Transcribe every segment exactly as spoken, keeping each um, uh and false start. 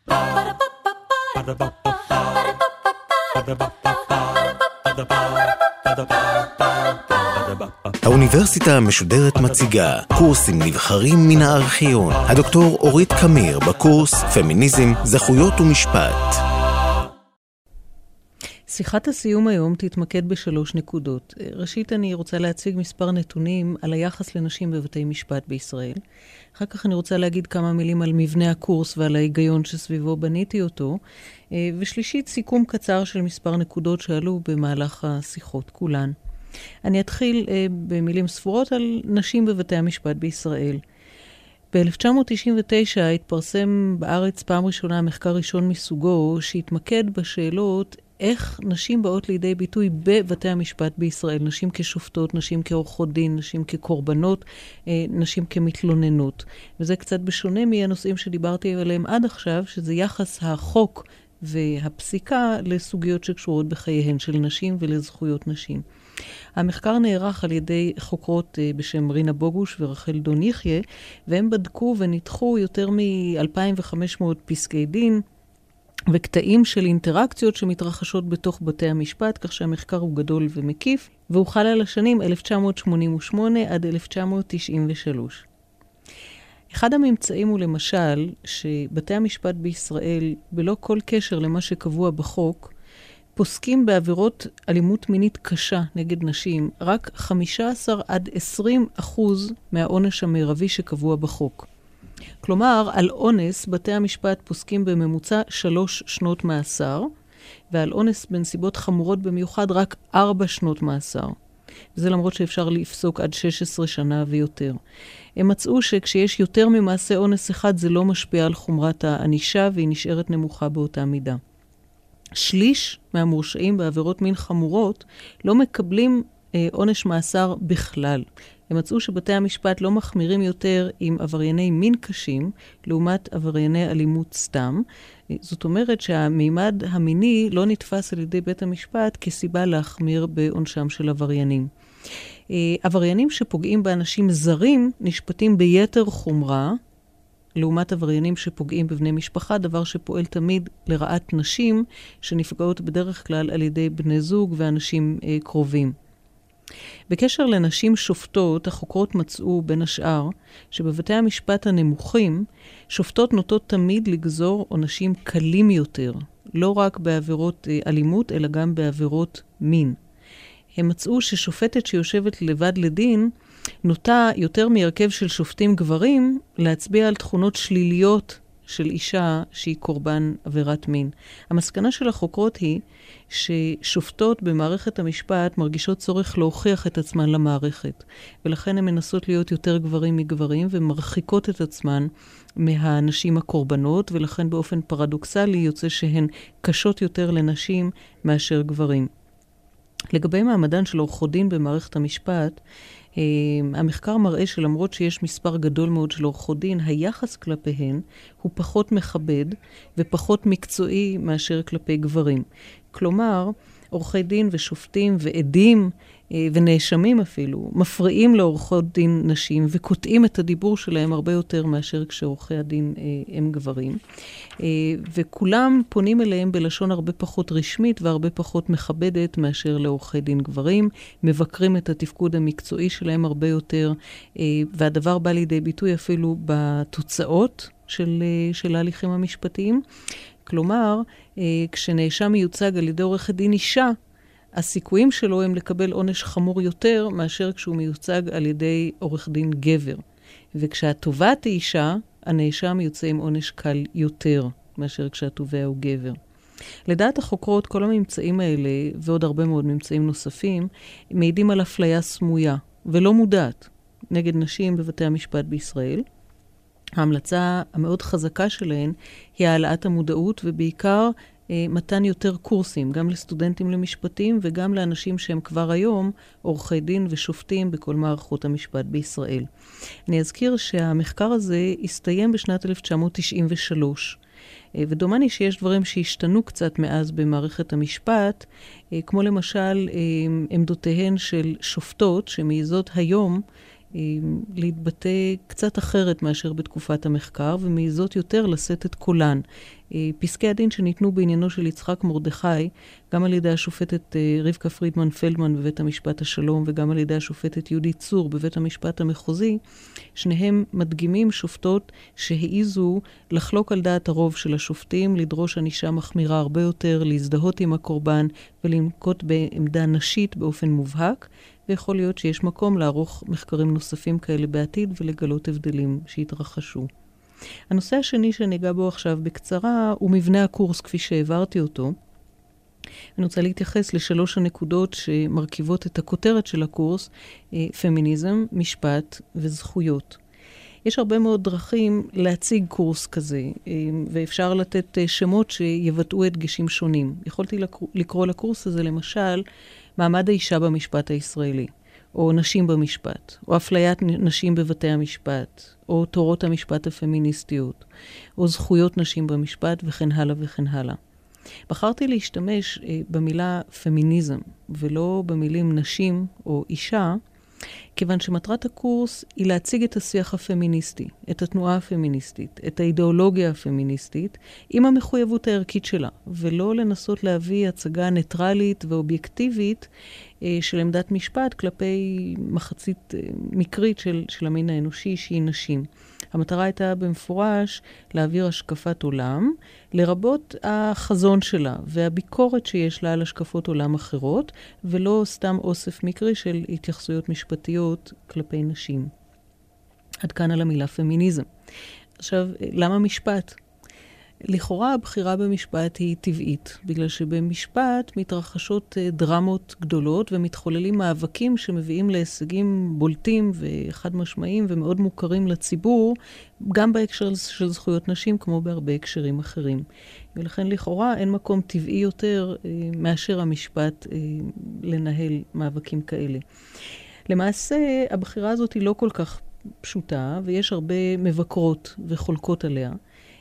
האוניברסיטה המשודרת מציגה קורסים נבחרים מן הארכיון. הדוקטור אורית קמיר בקורס פמיניזם, זכויות ומשפט. שיחת הסיום היום תתמקד בשלוש נקודות. ראשית, אני רוצה להציג מספר נתונים על היחס לנשים בבתי משפט בישראל. אחר כך אני רוצה להגיד כמה מילים על מבנה הקורס ועל ההיגיון שסביבו בניתי אותו. ושלישית, סיכום קצר של מספר נקודות שעלו במהלך השיחות כולן. אני אתחיל במילים ספורות על נשים בבתי המשפט בישראל. ב-אלף תשע מאות תשעים ותשע התפרסם בארץ פעם ראשונה מחקר ראשון מסוגו שהתמקד בשאלות איך נשים באות לידי ביטוי בבתי המשפט בישראל. נשים כשופטות, נשים כעורכות דין, נשים כקורבנות, נשים כמתלוננות. וזה קצת בשונה מהנושאים שדיברתי עליהם עד עכשיו, שזה יחס החוק והפסיקה לסוגיות שקשורות בחייהן של נשים ולזכויות נשים. המחקר נערך על ידי חוקרות בשם רינה בוגוש ורחל דון יחיה, והם בדקו וניתחו יותר מ-אלפיים וחמש מאות פסקי דין וקטעים של אינטראקציות שמתרחשות בתוך בתי המשפט, כך שהמחקר הוא גדול ומקיף, והוא חל על השנים אלף תשע מאות שמונים ושמונה עד אלף תשע מאות תשעים ושלוש. אחד הממצאים הוא למשל שבתי המשפט בישראל, בלא כל קשר למה שקבוע בחוק, פוסקים בעבירות אלימות מינית קשה נגד נשים רק חמישה עשר עד עשרים אחוז מהעונש המרבי שקבוע בחוק. כלומר, על אונס בתי המשפט פוסקים בממוצע שלוש שנות מאסר, ועל אונס בנסיבות חמורות במיוחד רק ארבע שנות מאסר. וזה למרות שאפשר לפסוק עד שש עשרה שנה ויותר. הם מצאו שכשיש יותר ממעשה אונס אחד זה לא משפיע על חומרת הענישה והיא נשארת נמוכה באותה מידה. שליש מהמורשעים בעבירות מין חמורות לא מקבלים אה, עונש מאסר בכלל. הם מצאו שבתי המשפט לא מחמירים יותר עם עברייני מין קשים, לעומת עברייני אלימות סתם. זאת אומרת שהמימד המיני לא נתפס על ידי בית המשפט כסיבה להחמיר בעונשם של עבריינים. עבריינים שפוגעים באנשים זרים נשפטים ביתר חומרה, לעומת עבריינים שפוגעים בבני משפחה, דבר שפועל תמיד לרעת נשים, שנפגעות בדרך כלל על ידי בני זוג ואנשים אה, קרובים. בקשר לנשים שופטות, החוקרות מצאו בין השאר שבבתי המשפט הנמוכים, שופטות נוטות תמיד לגזור עונשים קלים יותר, לא רק בעבירות אה, אלימות, אלא גם בעבירות מין. הם מצאו ששופטת שיושבת לבד לדין, נוטה יותר מהרכב של שופטים גברים להצביע על תכונות שליליות של אישה שהיא קורבן עבירת מין. המסקנה של החוקרות היא ששופטות במערכת המשפט מרגישות צורך להוכיח את עצמן למערכת, ולכן הן מנסות להיות יותר גברים מגברים ומרחיקות את עצמן מהנשים הקורבנות, ולכן באופן פרדוקסלי יוצא שהן קשות יותר לנשים מאשר גברים. לגבי מעמדן של עורכות דין במערכת המשפט, המחקר מראה שלמרות שיש מספר גדול מאוד של עורכות דין, היחס כלפיהן הוא פחות מכבד ופחות מקצועי מאשר כלפי גברים. כלומר, עורכי דין ושופטים ועדים ונאשמים אפילו מפריעים לעורכות דין נשים וקוטעים את הדיבור שלהם הרבה יותר מאשר כשעורכי הדין הם גברים. וכולם פונים אליהם בלשון הרבה פחות רשמית והרבה פחות מכבדת מאשר לעורכי דין גברים, מבקרים את התפקוד המקצועי שלהם הרבה יותר, והדבר בא לידי ביטוי אפילו בתוצאות של, של ההליכים המשפטיים. כלומר, כשנאשם מיוצג על ידי עורכת דין אישה, הסיכויים שלו הם לקבל עונש חמור יותר מאשר כשהוא מיוצג על ידי עורך דין גבר. וכשהתובעת היא אישה, הנאשם יוצא עם עונש קל יותר מאשר כשהתובע הוא גבר. לדעת החוקרות, כל הממצאים האלה, ועוד הרבה מאוד ממצאים נוספים, מעידים על אפליה סמויה ולא מודעת נגד נשים בבתי המשפט בישראל. ההמלצה המאוד חזקה שלהן היא העלאת המודעות ובעיקר מתן יותר קורסים, גם לסטודנטים למשפטים וגם לאנשים שהם כבר היום עורכי דין ושופטים בכל מערכות המשפט בישראל. אני אזכיר שהמחקר הזה הסתיים בשנת אלף תשע מאות תשעים ושלוש, ודומני שיש דברים שהשתנו קצת מאז במערכת המשפט, כמו למשל עמדותיהן של שופטות שמעיזות היום להתבטא קצת אחרת מאשר בתקופת המחקר, ומזאת יותר לשאת את קולן. פסקי הדין שניתנו בעניינו של יצחק מרדכי, גם על ידי השופטת רבקה פרידמן פלדמן בבית המשפט השלום, וגם על ידי השופטת יהודית צור בבית המשפט המחוזי, שניהם מדגימים שופטות שהעיזו לחלוק על דעת הרוב של השופטים, לדרוש ענישה מחמירה הרבה יותר, להזדהות עם הקורבן ולנקוט בעמדה נשית באופן מובהק, ויכול להיות שיש מקום לערוך מחקרים נוספים כאלה בעתיד ולגלות הבדלים שהתרחשו. הנושא השני שניגע בו עכשיו בקצרה הוא מבנה הקורס כפי שהעברתי אותו. אני רוצה להתייחס לשלוש הנקודות שמרכיבות את הכותרת של הקורס, פמיניזם, משפט וזכויות. יש הרבה מאוד דרכים להציג קורס כזה, ואפשר לתת שמות שיבטאו הדגשים שונים. יכולתי לקרוא לקורס הזה למשל מעמד האישה במשפט הישראלי, או נשים במשפט, או אפליית נשים בבתי המשפט, או תורות המשפט הפמיניסטיות, או זכויות נשים במשפט, וכן הלאה וכן הלאה. בחרתי להשתמש אה, במילה פמיניזם, ולא במילים נשים או אישה, כיוון שמטרת הקורס היא להציג את השיח הפמיניסטי, את התנועה הפמיניסטית, את האידיאולוגיה הפמיניסטית, עם המחויבות הערכית שלה, ולא לנסות להביא הצגה ניטרלית ואובייקטיבית אה, של עמדת משפט כלפי מחצית אה, מקרית של, של המין האנושי שהיא נשים. המטרה הייתה במפורש להעביר השקפת עולם, לרבות החזון שלה והביקורת שיש לה על השקפות עולם אחרות, ולא סתם אוסף מקרי של התייחסויות משפטיות כלפי נשים. עד כאן על המילה פמיניזם. עכשיו, למה משפט? לכאורה הבחירה במשפט היא טבעית, בגלל שבמשפט מתרחשות דרמות גדולות ומתחוללים מאבקים שמביאים להישגים בולטים וחד משמעיים ומאוד מוכרים לציבור, גם בהקשר של זכויות נשים כמו בהרבה הקשרים אחרים. ולכן לכאורה אין מקום טבעי יותר אה, מאשר המשפט אה, לנהל מאבקים כאלה. למעשה הבחירה הזאת היא לא כל כך פשוטה ויש הרבה מבקרות וחולקות עליה.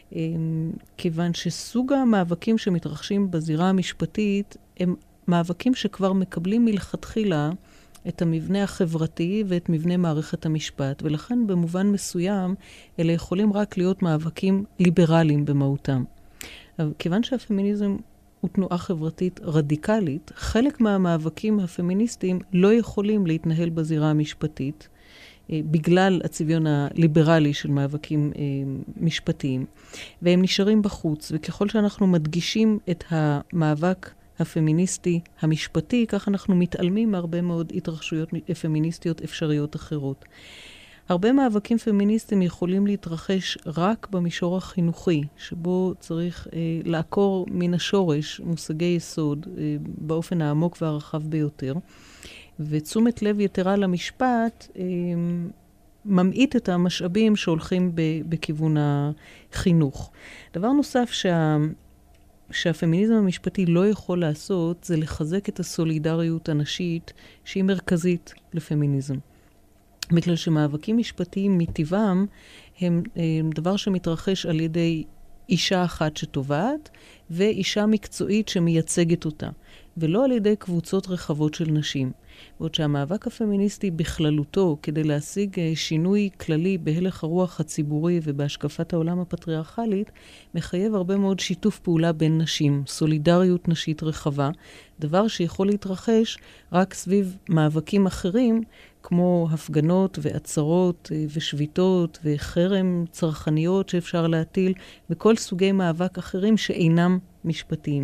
כיוון שסוג המאבקים שמתרחשים בזירה המשפטית הם מאבקים שכבר מקבלים מלכתחילה את המבנה החברתי ואת מבנה מערכת המשפט, ולכן במובן מסוים אלה יכולים רק להיות מאבקים ליברליים במהותם. אבל כיוון שהפמיניזם הוא תנועה חברתית רדיקלית, חלק מהמאבקים הפמיניסטיים לא יכולים להתנהל בזירה המשפטית, בגלל הצביון הליברלי של מאבקים אה, משפטיים, והם נשארים בחוץ, וככל שאנחנו מדגישים את המאבק הפמיניסטי המשפטי, כך אנחנו מתעלמים מהרבה מאוד התרחשויות פמיניסטיות אפשריות אחרות. הרבה מאבקים פמיניסטיים יכולים להתרחש רק במישור החינוכי, שבו צריך אה, לעקור מן השורש מושגי יסוד אה, באופן העמוק והרחב ביותר, ותשומת לב יתרה למשפט אה, ממעיט את המשאבים שהולכים בכיוון החינוך. דבר נוסף שה, שהפמיניזם המשפטי לא יכול לעשות, זה לחזק את הסולידריות הנשית שהיא מרכזית לפמיניזם. בגלל שמאבקים משפטיים מטבעם הם, הם דבר שמתרחש על ידי אישה אחת שטובעת, ואישה מקצועית שמייצגת אותה, ולא על ידי קבוצות רחבות של נשים. ועוד שהמאבק הפמיניסטי בכללותו, כדי להשיג שינוי כללי בהלך הרוח הציבורי ובהשקפת העולם הפטריארכלית, מחייב הרבה מאוד שיתוף פעולה בין נשים, סולידריות נשית רחבה, דבר שיכול להתרחש רק סביב מאבקים אחרים, כמו הפגנות ועצרות ושביתות וחרם צרכניות שאפשר להטיל, וכל סוגי מאבק אחרים שאינם משפטיים.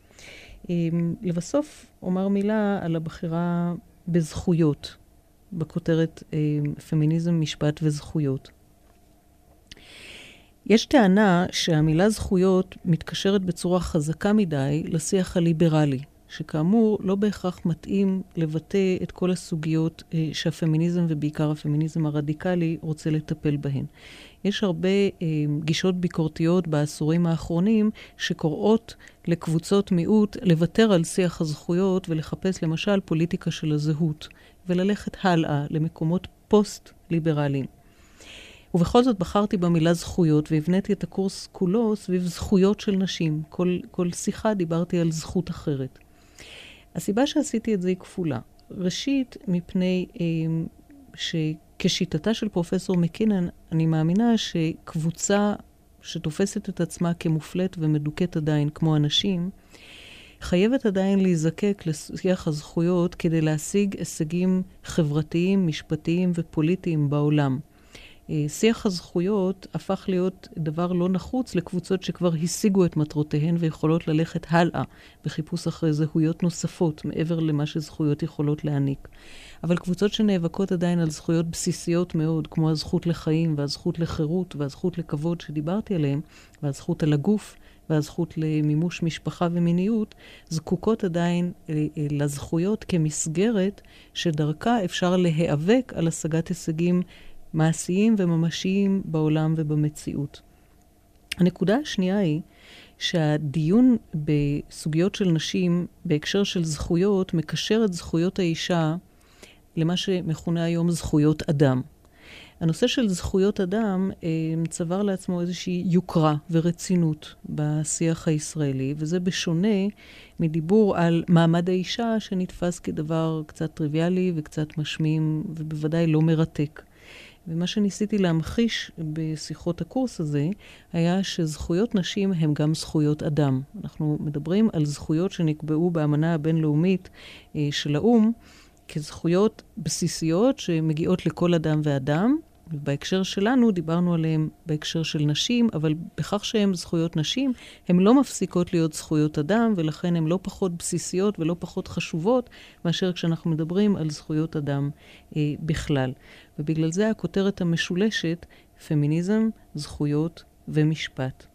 לבסוף אומר מילה על הבחירה בזכויות, בכותרת פמיניזם, משפט וזכויות. יש טענה שהמילה זכויות מתקשרת בצורה חזקה מדי לשיח הליברלי, שכאמור לא בהכרח מתאים לבטא את כל הסוגיות שהפמיניזם ובעיקר הפמיניזם הרדיקלי רוצה לטפל בהן. יש הרבה גישות ביקורתיות בעשורים האחרונים שקוראות לקבוצות מיעוט לוותר על שיח הזכויות ולחפש למשל פוליטיקה של הזהות וללכת הלאה למקומות פוסט-ליברליים. ובכל זאת בחרתי במילה זכויות והבניתי את הקורס כולו סביב זכויות של נשים. כל, כל שיחה דיברתי על זכות אחרת. הסיבה שעשיתי את זה היא כפולה. ראשית, מפני אה, כשיטתה של פרופסור מקינן, אני מאמינה שקבוצה שתופסת את עצמה כמופלט ומדוכאת עדיין כמו אנשים, חייבת עדיין להיזקק לשיח הזכויות כדי להשיג הישגים חברתיים, משפטיים ופוליטיים בעולם. שיח הזכויות הפך להיות דבר לא נחוץ לקבוצות שכבר השיגו את מטרותיהן ויכולות ללכת הלאה בחיפוש אחרי זהויות נוספות מעבר למה שזכויות יכולות להעניק. אבל קבוצות שנאבקות עדיין על זכויות בסיסיות מאוד, כמו הזכות לחיים והזכות לחירות והזכות לכבוד שדיברתי עליהן, והזכות על הגוף והזכות למימוש משפחה ומיניות, זקוקות עדיין לזכויות כמסגרת שדרכה אפשר להיאבק על השגת הישגים מעשיים וממשיים בעולם ובמציאות. הנקודה השנייה היא שהדיון בסוגיות של נשים בהקשר של זכויות מקשר את זכויות האישה למה שמכונה היום זכויות אדם. הנושא של זכויות אדם צבר לעצמו איזושהי יוקרה ורצינות בשיח הישראלי, וזה בשונה מדיבור על מעמד האישה שנתפס כדבר קצת טריוויאלי וקצת משמים ובוודאי לא מרתק. ומה שניסיתי להמחיש בשיחות הקורס הזה היה שזכויות נשים הן גם זכויות אדם. אנחנו מדברים על זכויות שנקבעו באמנה הבינלאומית של האו"ם כזכויות בסיסיות שמגיעות לכל אדם ואדם. ובהקשר שלנו דיברנו עליהם בהקשר של נשים, אבל בכך שהן זכויות נשים, הן לא מפסיקות להיות זכויות אדם, ולכן הן לא פחות בסיסיות ולא פחות חשובות, מאשר כשאנחנו מדברים על זכויות אדם אה, בכלל. ובגלל זה הכותרת המשולשת, פמיניזם, זכויות ומשפט.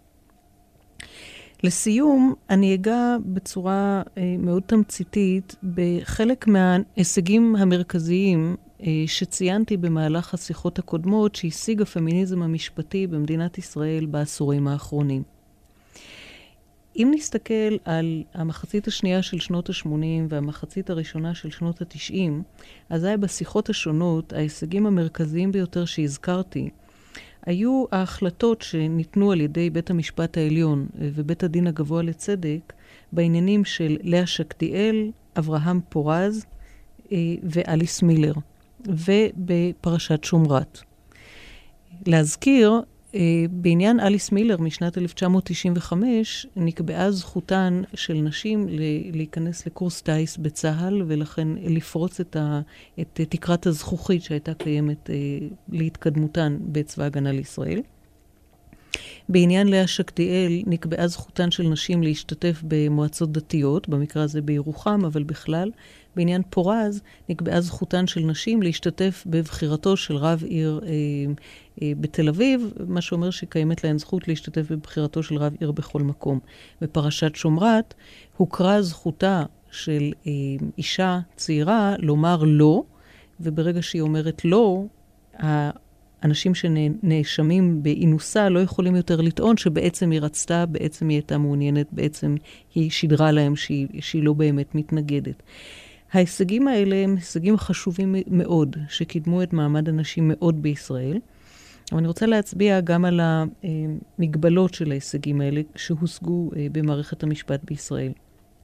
לסיום, אני אגע בצורה אה, מאוד תמציתית בחלק מההישגים המרכזיים אה, שציינתי במהלך השיחות הקודמות שהשיג הפמיניזם המשפטי במדינת ישראל בעשורים האחרונים. אם נסתכל על המחצית השנייה של שנות ה-שמונים והמחצית הראשונה של שנות ה-תשעים, אז היה בשיחות השונות, ההישגים המרכזיים ביותר שהזכרתי, היו ההחלטות שניתנו על ידי בית המשפט העליון ובית הדין הגבוה לצדק בעניינים של לאה שקדיאל, אברהם פורז ואליס מילר, ובפרשת שומרת. להזכיר, בעניין אליס מילר משנת אלף תשע מאות תשעים וחמש נקבעה זכותן של נשים להיכנס לקורס טייס בצהל, ולכן לפרוץ את, ה, את תקרת הזכוכית שהייתה קיימת להתקדמותן בצבא הגנה לישראל. בעניין לאה שקדיאל נקבעה זכותן של נשים להשתתף במועצות דתיות, במקרה הזה בירוחם, אבל בכלל. בעניין פורז נקבעה זכותן של נשים להשתתף בבחירתו של רב עיר אה, אה, בתל אביב, מה שאומר שקיימת להן זכות להשתתף בבחירתו של רב עיר בכל מקום. בפרשת שומרת הוכרה זכותה של אה, אישה צעירה לומר לא, וברגע שהיא אומרת לא, האנשים שנאשמים באינוסה לא יכולים יותר לטעון שבעצם היא רצתה, בעצם היא הייתה מעוניינת, בעצם היא שידרה להם שהיא, שהיא לא באמת מתנגדת. ההישגים האלה הם הישגים חשובים מאוד, שקידמו את מעמד הנשים מאוד בישראל. אבל אני רוצה להצביע גם על המגבלות של ההישגים האלה שהושגו במערכת המשפט בישראל.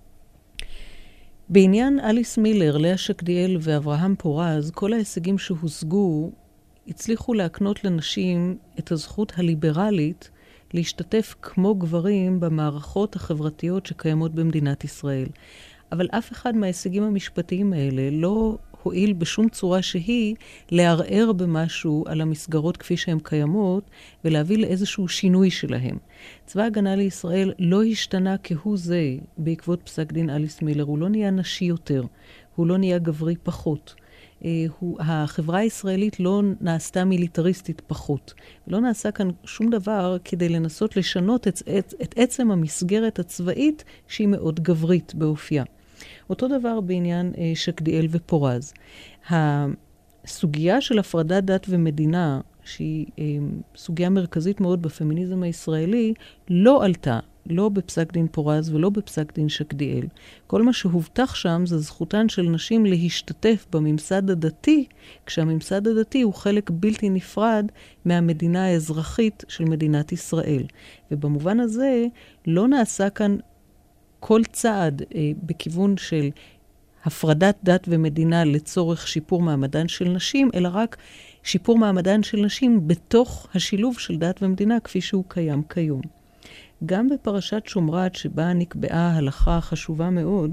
בעניין אליס מילר, לאה שקדיאל ואברהם פורז, כל ההישגים שהושגו הצליחו להקנות לנשים את הזכות הליברלית להשתתף כמו גברים במערכות החברתיות שקיימות במדינת ישראל. אבל אף אחד מההישגים המשפטיים האלה לא הועיל בשום צורה שהיא לערער במשהו על המסגרות כפי שהן קיימות ולהביא לאיזשהו שינוי שלהם. צבא הגנה לישראל לא השתנה כהוא זה בעקבות פסק דין אליס מילר. הוא לא נהיה נשי יותר, הוא לא נהיה גברי פחות. הוא, החברה הישראלית לא נעשתה מיליטריסטית פחות. לא נעשה כאן שום דבר כדי לנסות לשנות את, את, את עצם המסגרת הצבאית שהיא מאוד גברית באופייה. אותו דבר בעניין אה, שקדיאל ופורז. הסוגיה של הפרדת דת ומדינה, שהיא אה, סוגיה מרכזית מאוד בפמיניזם הישראלי, לא עלתה, לא בפסק דין פורז ולא בפסק דין שקדיאל. כל מה שהובטח שם זה זכותן של נשים להשתתף בממסד הדתי, כשהממסד הדתי הוא חלק בלתי נפרד מהמדינה האזרחית של מדינת ישראל. ובמובן הזה לא נעשה כאן כל צעד אה, בכיוון של הפרדת דת ומדינה לצורך שיפור מעמדן של נשים, אלא רק שיפור מעמדן של נשים בתוך השילוב של דת ומדינה כפי שהוא קיים כיום. גם בפרשת שומרת שבה נקבעה הלכה חשובה מאוד,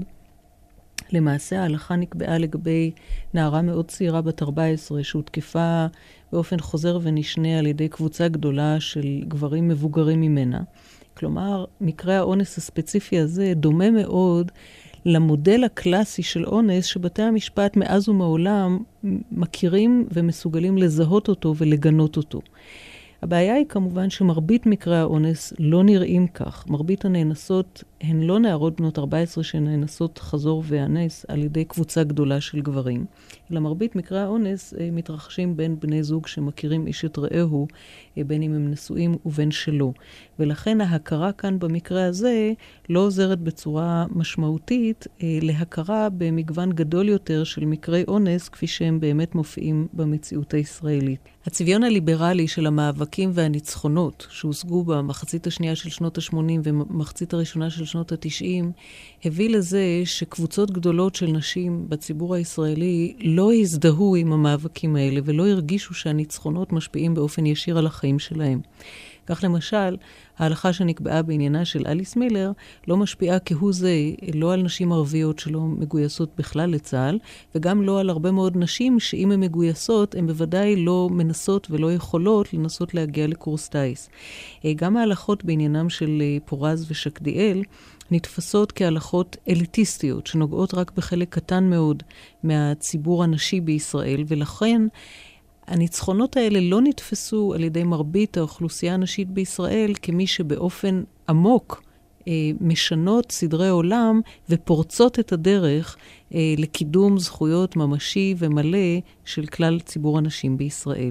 למעשה ההלכה נקבעה לגבי נערה מאוד צעירה בת ארבע עשרה שהותקפה באופן חוזר ונשנה על ידי קבוצה גדולה של גברים מבוגרים ממנה. כלומר, מקרה האונס הספציפי הזה דומה מאוד למודל הקלאסי של אונס שבתי המשפט מאז ומעולם מכירים ומסוגלים לזהות אותו ולגנות אותו. הבעיה היא כמובן שמרבית מקרי האונס לא נראים כך. מרבית הנאנסות הן לא נערות בנות ארבע עשרה שנאנסות חזור ואנס על ידי קבוצה גדולה של גברים, אלא מרבית מקרי האונס מתרחשים בין בני זוג שמכירים איש את רעהו, בין אם הם נשואים ובין שלא. ולכן ההכרה כאן במקרה הזה לא עוזרת בצורה משמעותית להכרה במגוון גדול יותר של מקרי אונס כפי שהם באמת מופיעים במציאות הישראלית. הצביון הליברלי של המאבקים והניצחונות שהושגו במחצית השנייה של שנות ה-שמונים ומחצית הראשונה של שנות ה-תשעים הביא לזה שקבוצות גדולות של נשים בציבור הישראלי לא הזדהו עם המאבקים האלה ולא הרגישו שהניצחונות משפיעים באופן ישיר על החיים שלהם. כך למשל, ההלכה שנקבעה בעניינה של אליס מילר לא משפיעה כהוא זה לא על נשים ערביות שלא מגויסות בכלל לצה"ל, וגם לא על הרבה מאוד נשים שאם הן מגויסות, הן בוודאי לא מנסות ולא יכולות לנסות להגיע לקורס טייס. גם ההלכות בעניינם של פורז ושקדיאל נתפסות כהלכות אליטיסטיות, שנוגעות רק בחלק קטן מאוד מהציבור הנשי בישראל, ולכן הניצחונות האלה לא נתפסו על ידי מרבית האוכלוסייה הנשית בישראל כמי שבאופן עמוק אה, משנות סדרי עולם ופורצות את הדרך אה, לקידום זכויות ממשי ומלא של כלל ציבור הנשים בישראל.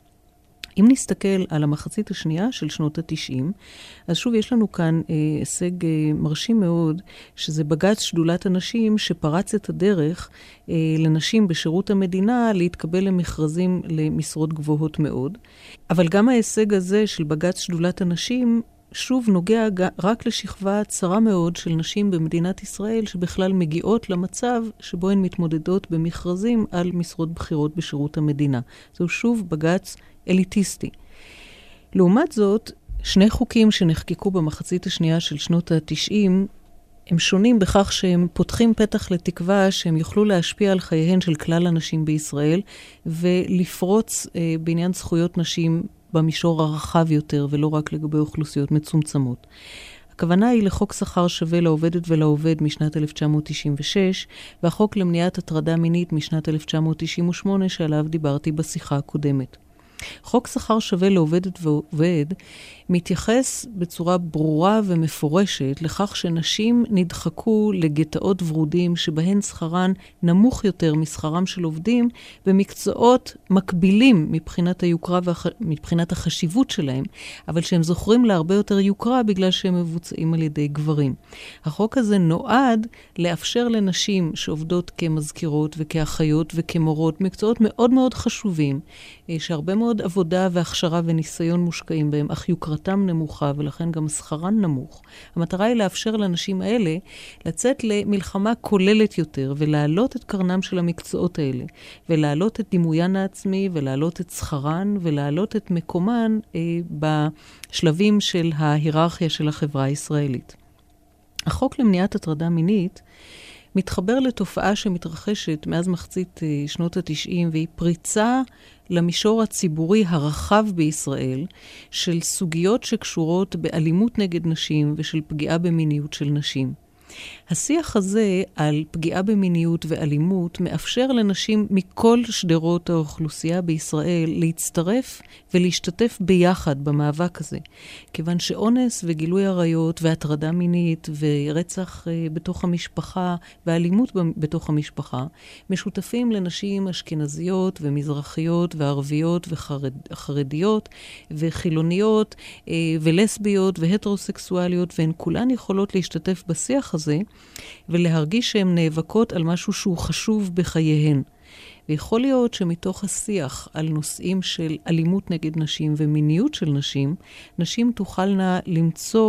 אם נסתכל על המחצית השנייה של שנות ה-תשעים, אז שוב יש לנו כאן אה, הישג אה, מרשים מאוד, שזה בג"ץ שדולת הנשים שפרץ את הדרך אה, לנשים בשירות המדינה להתקבל למכרזים למשרות גבוהות מאוד. אבל גם ההישג הזה של בג"ץ שדולת הנשים שוב נוגע רק לשכבה צרה מאוד של נשים במדינת ישראל שבכלל מגיעות למצב שבו הן מתמודדות במכרזים על משרות בחירות בשירות המדינה. זהו שוב בג"ץ אליטיסטי. לעומת זאת, שני חוקים שנחקקו במחצית השנייה של שנות ה-תשעים הם שונים בכך שהם פותחים פתח לתקווה שהם יוכלו להשפיע על חייהן של כלל הנשים בישראל ולפרוץ אה, בעניין זכויות נשים במישור הרחב יותר ולא רק לגבי אוכלוסיות מצומצמות. הכוונה היא לחוק שכר שווה לעובדת ולעובד משנת אלף תשע מאות תשעים ושש, והחוק למניעת הטרדה מינית משנת אלף תשע מאות תשעים ושמונה שעליו דיברתי בשיחה הקודמת. חוק שכר שווה לעובדת ועובד מתייחס בצורה ברורה ומפורשת לכך שנשים נדחקו לגטאות ורודים שבהן שכרן נמוך יותר משכרם של עובדים במקצועות מקבילים מבחינת היוקרה ומבחינת החשיבות שלהם, אבל שהם זוכרים להרבה יותר יוקרה בגלל שהם מבוצעים על ידי גברים. החוק הזה נועד לאפשר לנשים שעובדות כמזכירות וכאחיות וכמורות, מקצועות מאוד מאוד חשובים, שהרבה מאוד עבודה והכשרה וניסיון מושקעים בהם, אך יוקרתם נמוכה ולכן גם שכרן נמוך. המטרה היא לאפשר לנשים האלה לצאת למלחמה כוללת יותר ולהעלות את קרנם של המקצועות האלה, ולהעלות את דימוין העצמי ולהעלות את שכרן ולהעלות את מקומן אה, בשלבים של ההיררכיה של החברה הישראלית. החוק למניעת הטרדה מינית מתחבר לתופעה שמתרחשת מאז מחצית שנות ה-תשעים, והיא פריצה למישור הציבורי הרחב בישראל של סוגיות שקשורות באלימות נגד נשים ושל פגיעה במיניות של נשים. השיח הזה על פגיעה במיניות ואלימות מאפשר לנשים מכל שדרות האוכלוסייה בישראל להצטרף ולהשתתף ביחד במאבק הזה. כיוון שאונס וגילוי עריות והטרדה מינית ורצח בתוך המשפחה ואלימות בתוך המשפחה משותפים לנשים אשכנזיות ומזרחיות וערביות וחרדיות וחילוניות ולסביות והטרוסקסואליות, והן כולן יכולות להשתתף בשיח הזה ולהרגיש שהן נאבקות על משהו שהוא חשוב בחייהן. ויכול להיות שמתוך השיח על נושאים של אלימות נגד נשים ומיניות של נשים, נשים תוכלנה למצוא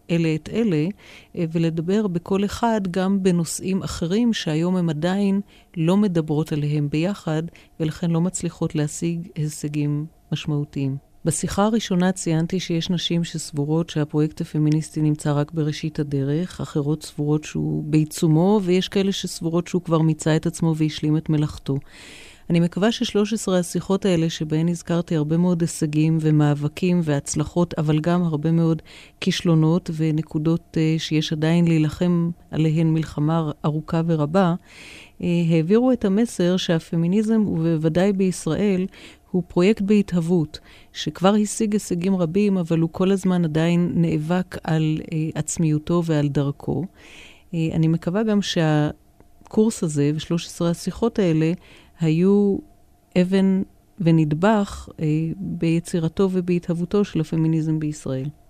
אלה את אלה, ולדבר בכל אחד גם בנושאים אחרים שהיום הם עדיין לא מדברות עליהם ביחד, ולכן לא מצליחות להשיג הישגים משמעותיים. בשיחה הראשונה ציינתי שיש נשים שסבורות שהפרויקט הפמיניסטי נמצא רק בראשית הדרך, אחרות סבורות שהוא בעיצומו, ויש כאלה שסבורות שהוא כבר מיצה את עצמו והשלים את מלאכתו. אני מקווה ששלוש עשרה השיחות האלה, שבהן הזכרתי הרבה מאוד הישגים ומאבקים והצלחות, אבל גם הרבה מאוד כישלונות ונקודות שיש עדיין להילחם עליהן מלחמה ארוכה ורבה, העבירו את המסר שהפמיניזם, ובוודאי בישראל, הוא פרויקט בהתהוות, שכבר השיג הישגים רבים, אבל הוא כל הזמן עדיין נאבק על עצמיותו ועל דרכו. אני מקווה גם שהקורס הזה ושלוש עשרה השיחות האלה היו אבן ונדבך ביצירתו ובהתהוותו של הפמיניזם בישראל.